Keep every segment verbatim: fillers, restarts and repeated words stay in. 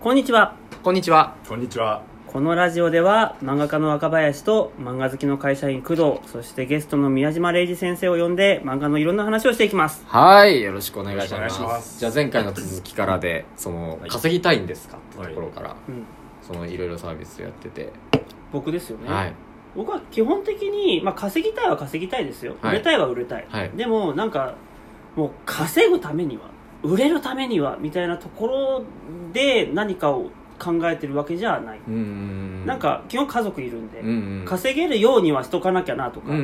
こんにちは。 こんにちは。 こんにちは。 このラジオでは漫画家の若林と漫画好きの会社員工藤、そしてゲストの宮島礼二先生を呼んで漫画のいろんな話をしていきます。 はい、よろしくお願いします。 よろしくお願いします。 じゃあ前回の続きからで、その、はい、稼ぎたいんですかってところから、はい、 うん、 そのいろいろサービスやってて、 僕ですよね。 はい、 僕は基本的に、まあ、稼ぎたいは稼ぎたいですよ、はい、売れたいは売れたい、はい、でもなんかもう稼ぐためには売れるためにはみたいなところで何かを考えてるわけじゃない。うん、なんか基本家族いるんで、うん、稼げるようにはしとかなきゃなとか、うん、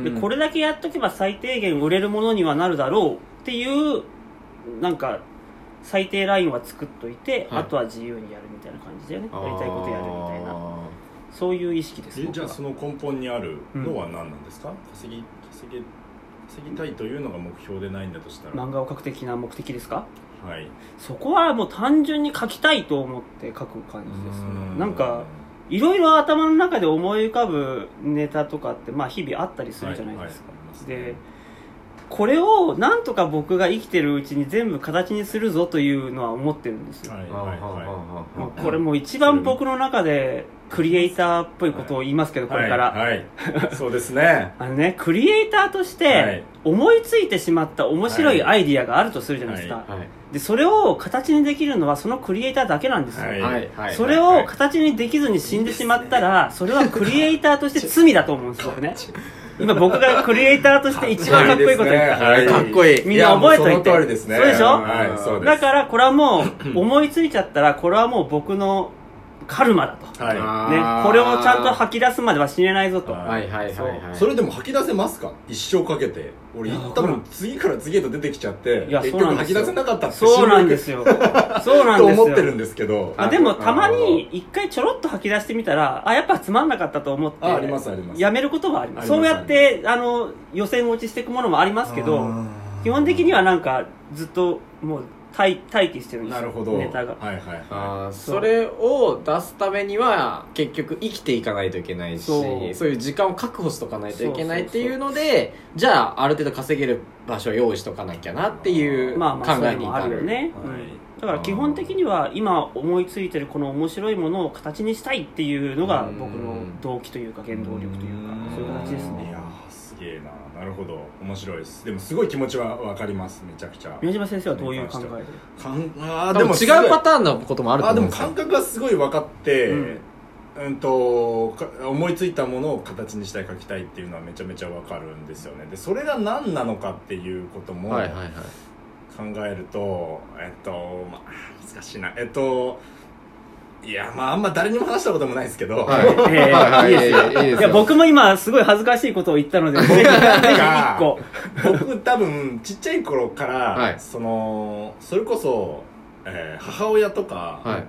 でこれだけやっとけば最低限売れるものにはなるだろうっていうなんか最低ラインは作っといて、はい、あとは自由にやるみたいな感じでね、やりたいことやるみたいな、そういう意識です。 えじゃあその根本にあるのは何なんですか？うん、稼ぎ稼ぎ稼ぎたいというのが目標でないんだとしたら、 漫画を描く的な目的ですか？ はい、 そこはもう単純に描きたいと思って描く感じですね。んなんかいろいろ頭の中で思い浮かぶネタとかって、まあ、日々あったりするじゃないですか、はいはい、でこれをなんとか僕が生きてるうちに全部形にするぞというのは思ってるんですよ、はいはいはい、もうこれもう一番僕の中でクリエイターっぽいことを言いますけど、これから、 はいはい、そうですねあのね、クリエイターとして思いついてしまった面白いアイディアがあるとするじゃないですか、はいはいはい、でそれを形にできるのはそのクリエイターだけなんですよ、はいはいはい、それを形にできずに死んでしまったらそれはクリエイターとして罪だと思うんですよね。今僕がクリエイターとして一番かっこいいこと言ったから、ね、 かっこいい、 みんな覚えといて。 いや、もうその通りですね。 そうでしょ、 はい、そうです。 だからこれはもう思いついちゃったらこれはもう僕のカルマだと、はいね、これをちゃんと吐き出すまでは死ねないぞと。 はいはいはい、はい、 それでも吐き出せますか？一生かけて。俺多分次から次へと出てきちゃって結局吐き出せなかったってそうなんですよそうなんですよと思ってるんですけど、 あでもたまに一回ちょろっと吐き出してみたらあやっぱつまんなかったと思ってあありますありますやめることはあります。そうやってあの予選落ちしていくものもありますけど、基本的にはなんかずっともう待, 待機してるんですよ。なるほど、ネタが、はいはいはい、 あ そ, それを出すためには結局生きていかないといけないし、そうそういう時間を確保しとかないといけないっていうので、そうそうそう、じゃあある程度稼げる場所を用意しとかなきゃなっていう考えに至る、よね、はい、 だから基本的には今思いついてるこの面白いものを形にしたいっていうのが僕の動機というか原動力というか、そういう形ですね。 いやすげえな。なるほど、面白いです。でもすごい気持ちは分かります。めちゃくちゃ。 宮島先生はどういう考えで？ かんあでも違うパターンのこともあると思うんですよ。 あでも感覚がすごい分かって、うんうん、と思いついたものを形にしたい、書きたいっていうのはめちゃめちゃ分かるんですよね。でそれが何なのかっていうことも考えると、えっとまあ難しいな。えっといやまああんま誰にも話したこともないですけど、はいえーはいはい、いいですよ。 いや僕も今すごい恥ずかしいことを言ったのでぜひぜひ一個僕多分ちっちゃい頃から、はい、そのそれこそ、えー、母親とか、はい、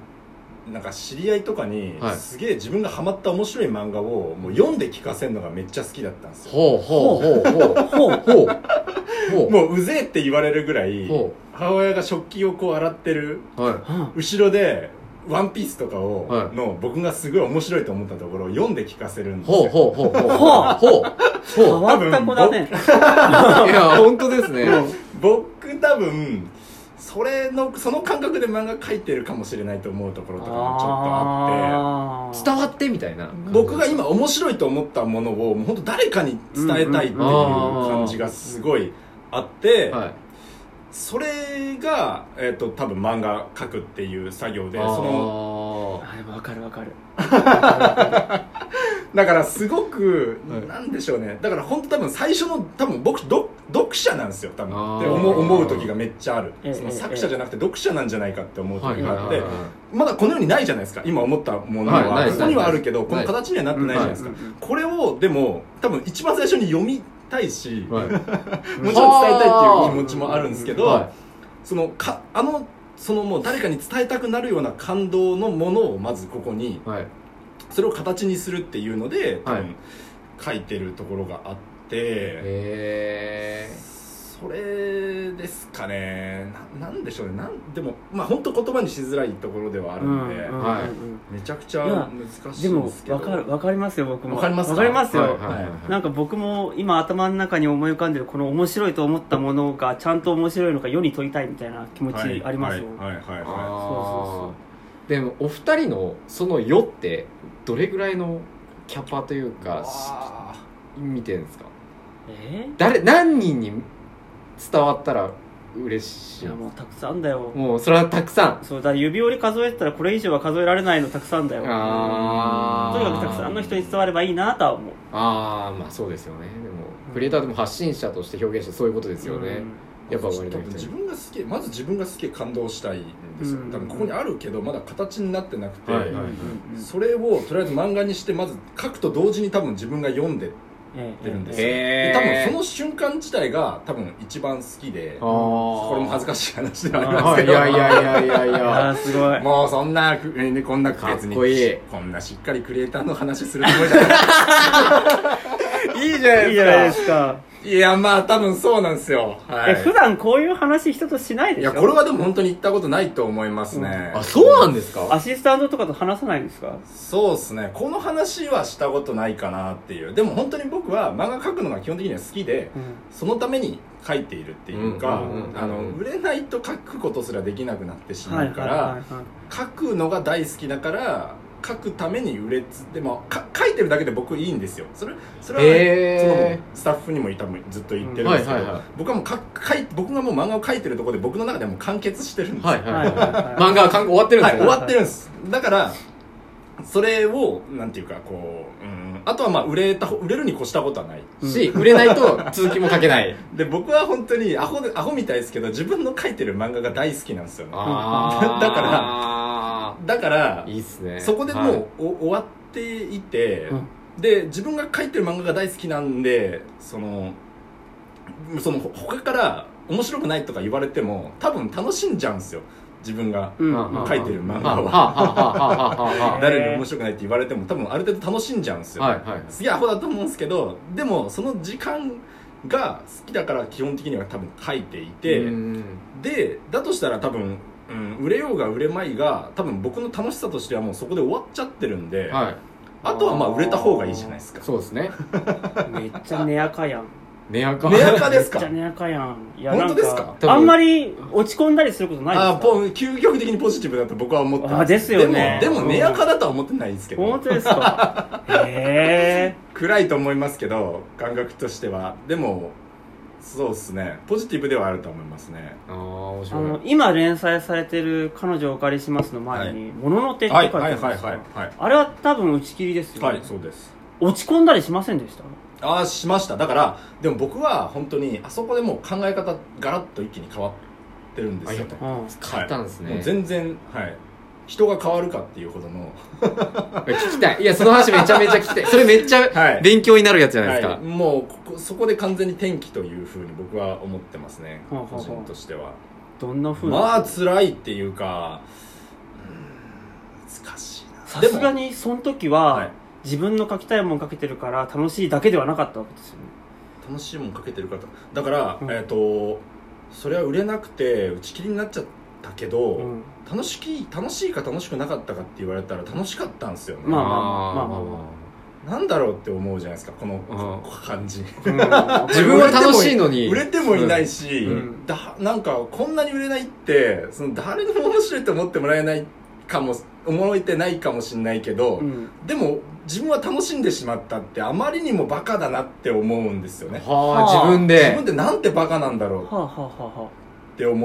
なんか知り合いとかに、はい、すげえ自分がハマった面白い漫画をもう読んで聞かせるのがめっちゃ好きだったんですよ。 ほうほうほうほうほうほうもううぜえって言われるぐらい母親が食器をこう洗ってる、はい、後ろでワンピースとかを、はい、の僕がすごい面白いと思ったところを読んで聞かせるんですよ。 ほうほうほうほうほうほう変わった子だね。 いや本当ですね。 僕多分それのその感覚で漫画描いてるかもしれないと思うところとかもちょっとあって、 伝わってみたいな、 僕が今面白いと思ったものをもう本当誰かに伝えたいっていう感じがすごいあって、はい、それが、えー、と多分漫画描くっていう作業で、そのあでも分かる分かるだからすごく、はい、なんでしょうね。だから本当多分最初の多分僕読者なんですよ多分って思う、思う時がめっちゃある。その作者じゃなくて読者なんじゃないかって思う時があって、まだこの世にないじゃないですか今思ったものは、はい、ここにはあるけどこの形にはなってないじゃないですか、はい、これをでも多分一番最初に読みたいし、はい、もちろん伝えたいっていう気持ちもあるんですけど、はい、そのかあのそのもう誰かに伝えたくなるような感動のものをまずここに、はい、それを形にするっていうので多分書いてるところがあって、へーそれですかね。 な, なんでしょうね。なんでもまあ本当言葉にしづらいところではあるので、うんうんうんはい、めちゃくちゃ難しいですけど。でも分かる分かりますよ。僕も分かりますか。 分かりますよ、 はいはいはいはい、 なんか僕も今頭の中に思い浮かんでるこの面白いと思ったものがちゃんと面白いのか世に問いたいみたいな気持ちありますよ。 はいはいはいはい、はい、そうそうそうでもお二人のその世ってどれぐらいのキャパというか見てるんですか？ えー、 誰何人に伝わったら嬉しい？ いやもうたくさんだよ。 もうそれはたくさん。 そうだ、指折り数えてたらこれ以上は数えられないのたくさんだよ。 あとにかくたくさんの人に伝わればいいなとは思う。 ああ、まあそうですよね。でもクリエイターでも発信者として表現してそういうことですよね、うん、やっぱ割と自分が好き、まず自分が好きで感動したいんですよ、うん、多分ここにあるけどまだ形になってなくて、はいはいはい、それをとりあえず漫画にしてまず書くと同時に多分自分が読んでってるんですよ、で多分その瞬間自体が多分一番好きで、これも恥ずかしい話ではありますけど、 いやいやいやいやいやすごい、 もうそんな、ね、こんなかっこいい、 こんなしっかりクリエイターの話するつもりじゃないいいじゃないですか、 いいじゃないですか。 いやまあ多分そうなんですよ、はい、 え普段こういう話人としないでしょ？ いやこれはでも本当に言ったことないと思いますね、 うん、あそうなんですか？ アシスタントとかと話さないんですか？ そうですね、この話はしたことないかなっていう。でも本当に僕は漫画描くのが基本的には好きで、うん、そのために描いているっていうか、売れないと描くことすらできなくなってしまうから描くのが大好きだから書くために売れつでもか書いてるだけで僕いいんですよ。それそれは、ね、そのスタッフにも多分ずっと言ってるんですけど、はいはいはい、僕はもうかかい僕がもう漫画を書いてるところで僕の中でもう完結してるんですよ、はいはいはいはい、 漫画は終わってるんですよ、ね、 はい、終わってるんです。だからそれをなんていうかこう、うん、あとはまあ売れた売れるに越したことはないし、売れないと続きも書けないで僕は本当にアホでアホみたいですけど自分の書いてる漫画が大好きなんですよね。 あだからだからいいっすね、 そこでもう、はい、終わっていて、うん、で自分が書いてる漫画が大好きなんでそのその他から面白くないとか言われても多分楽しんじゃうんですよ自分が書いてる漫画は誰に面白くないって言われても多分ある程度楽しんじゃうんですよ、はいはい、すげえアホだと思うんですけどでもその時間が好きだから基本的には多分書いていてでだとしたら多分うん、売れようが売れまいが多分僕の楽しさとしてはもうそこで終わっちゃってるんで、はい、あとはまあ売れた方がいいじゃないですか。 そうですねめっちゃネアカやん。 ネアカネアカですか？ めっちゃネアカやん。いや本当ですか？ あんまり落ち込んだりすることないですか？ あポ究極的にポジティブだと僕は思ってます。 あですよね。 でも、でもネアカだとは思ってないですけど。 本当ですか？へー暗いと思いますけど感覚としては。でもそうですね、ポジティブではあると思いますね。 あ面白い。 あの今連載されてる「彼女をお借りします」の前に「ものの手」って書いてあるんですか？あれは多分打ち切りですよね。 はい、そうです。 落ち込んだりしませんでした？ ああしました。だからでも僕は本当にあそこでもう考え方ガラッと一気に変わってるんですよね。 変わったんですね、 はい、もう全然はい人が変わるかっていうほどの聞きたい。いやその話めちゃめちゃ聞きたい。それめっちゃ勉強になるやつじゃないですか、はいはい、 もうここそこで完全に転機というふうに僕は思ってますね、個人としては。 どんなふうに？ まあ辛いっていうか、うん難しいな。 さすがにその時は、はい、自分の書きたいもん書けてるから楽しいだけではなかったわけですよね。 楽しいもん書けてるからだから、うん、えっとそれは売れなくて打ち切りになっちゃったけど、うん、楽しき楽しいか楽しくなかったかって言われたら楽しかったんですよね。 まあまあまあまあまあ、まあ、なんだろうって思うじゃないですかこの感じ、うん、 自分は楽しいのに売れてもいないし、うん、だなんかこんなに売れないってその誰にも面白いと思ってもらえないかも思えてないかもしれないけど、うん、でも自分は楽しんでしまったってあまりにもバカだなって思うんですよね。 はあ、自分で自分ってなんてバカなんだろうって思って、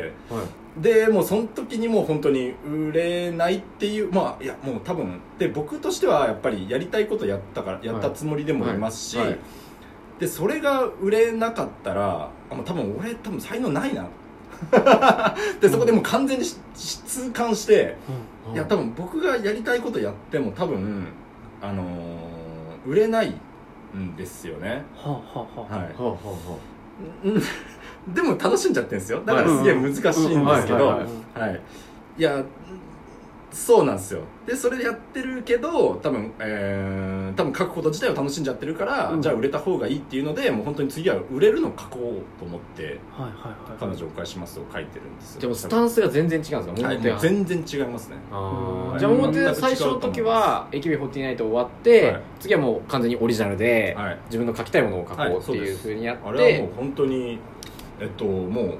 はい、でもうその時にもう本当に売れないっていうまあいやもう多分で僕としてはやっぱりやりたいことやったからやったつもりでもいますし、はいはいはい、でそれが売れなかったらあ多分俺多分才能ないなでそこでもう完全に痛感して、うん、いや多分僕がやりたいことやっても多分あのー、売れないんですよね。 はあはあはあ、はい、はあはあ、でも楽しんじゃってるんですよ。だからすげえ難しいんですけど、いやそうなんですよ。でそれでやってるけど多分、えー、多分書くこと自体を楽しんじゃってるから、うん、じゃあ売れた方がいいっていうのでもう本当に次は売れるのを書こうと思って、はいはいはい、彼女をお返しますを書いてるんですよ。 でもスタンスが全然違うんですか？はい、 もう全然違いますね。 あ、はい、じゃあ表で最初の時は エーケービーフォーティーナイン 終わって、はい、次はもう完全にオリジナルで、はい、自分の書きたいものを書こうっていう風にやって、 はい、あれはもう本当にえっともう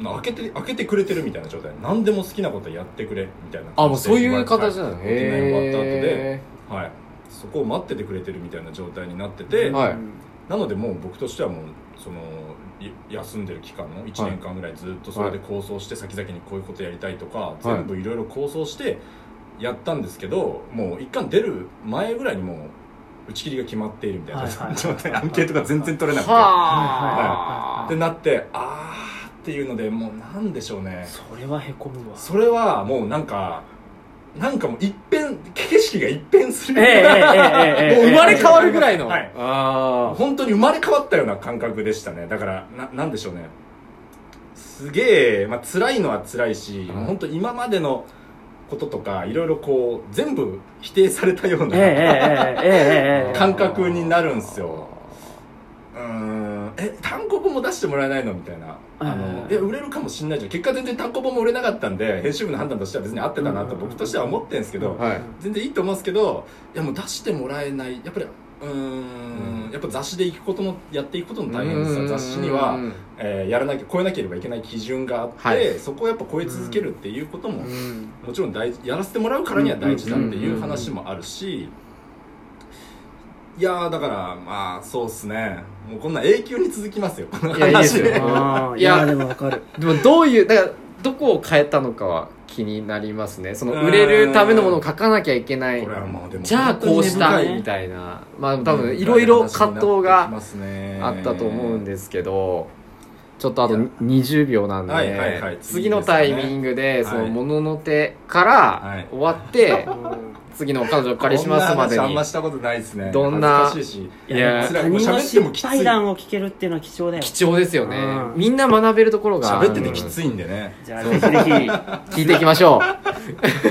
開けて開けてくれてるみたいな状態、何でも好きなことやってくれみたいなあもうそういう形なの。 へえ。終わった後で、はい、そこを待っててくれてるみたいな状態になってて、はい、なのでもう僕としてはもうその休んでる期間のいちねんかんぐらいずっとそれで構想して先々にこういうことやりたいとか、はい、全部いろいろ構想してやったんですけど、もう一貫出る前ぐらいにもう打ち切りが決まっているみたいな状態、アンケートが全然取れなくて、はい、ってなってあーっていうので、もうなんでしょうね、 それはへこむわ。 それはもうなんかなんかもう一変景色が一変する、 えーえーえー、もう生まれ変わるぐらいの、 はい、あ本当に生まれ変わったような感覚でしたね。だからななんでしょうね、すげえ、まあ辛いのは辛いし、うん、本当今までのこととかいろいろこう全部否定されたような、えー、感覚になるんですよ。うーんえ単行本も出してもらえないのみたいな、あのえ売れるかもしんないじゃん。結果全然単行本も売れなかったんで、編集部の判断としては別に合ってたなと僕としては思ってるんですけど、はい、全然いいと思うんですけど、いやもう出してもらえない、やっぱりうーんやっぱ雑誌で行くことのやっていくことの大変さ、雑誌には、えー、やらなきゃ超えなければいけない基準があって、はい、そこをやっぱ超え続けるっていうことももちろん大事、やらせてもらうからには大事だっていう話もあるし、いやだからまあそうっすね、もうこんな永久に続きますよこの話。いやいいですよいやでも分かる。 でもどういうだからどこを変えたのかは気になりますね。その売れるためのものを書かなきゃいけない、じゃあこうしたみたいな、まあ多分いろいろ葛藤があったと思うんですけど、ちょっとあとにじゅうびょうなんで、はいはいはい、次のタイミングでそのものの手から終わって、はい次の彼女を彼氏ますまでにあんましたことないですね。 どんな恥ずかしいし、 いや他人の失敗談を聞けるっていうのは貴重だよ。 貴重ですよね。みんな学べるところが喋っててきついんでね。 じゃあぜひぜひ聞いていきましょう。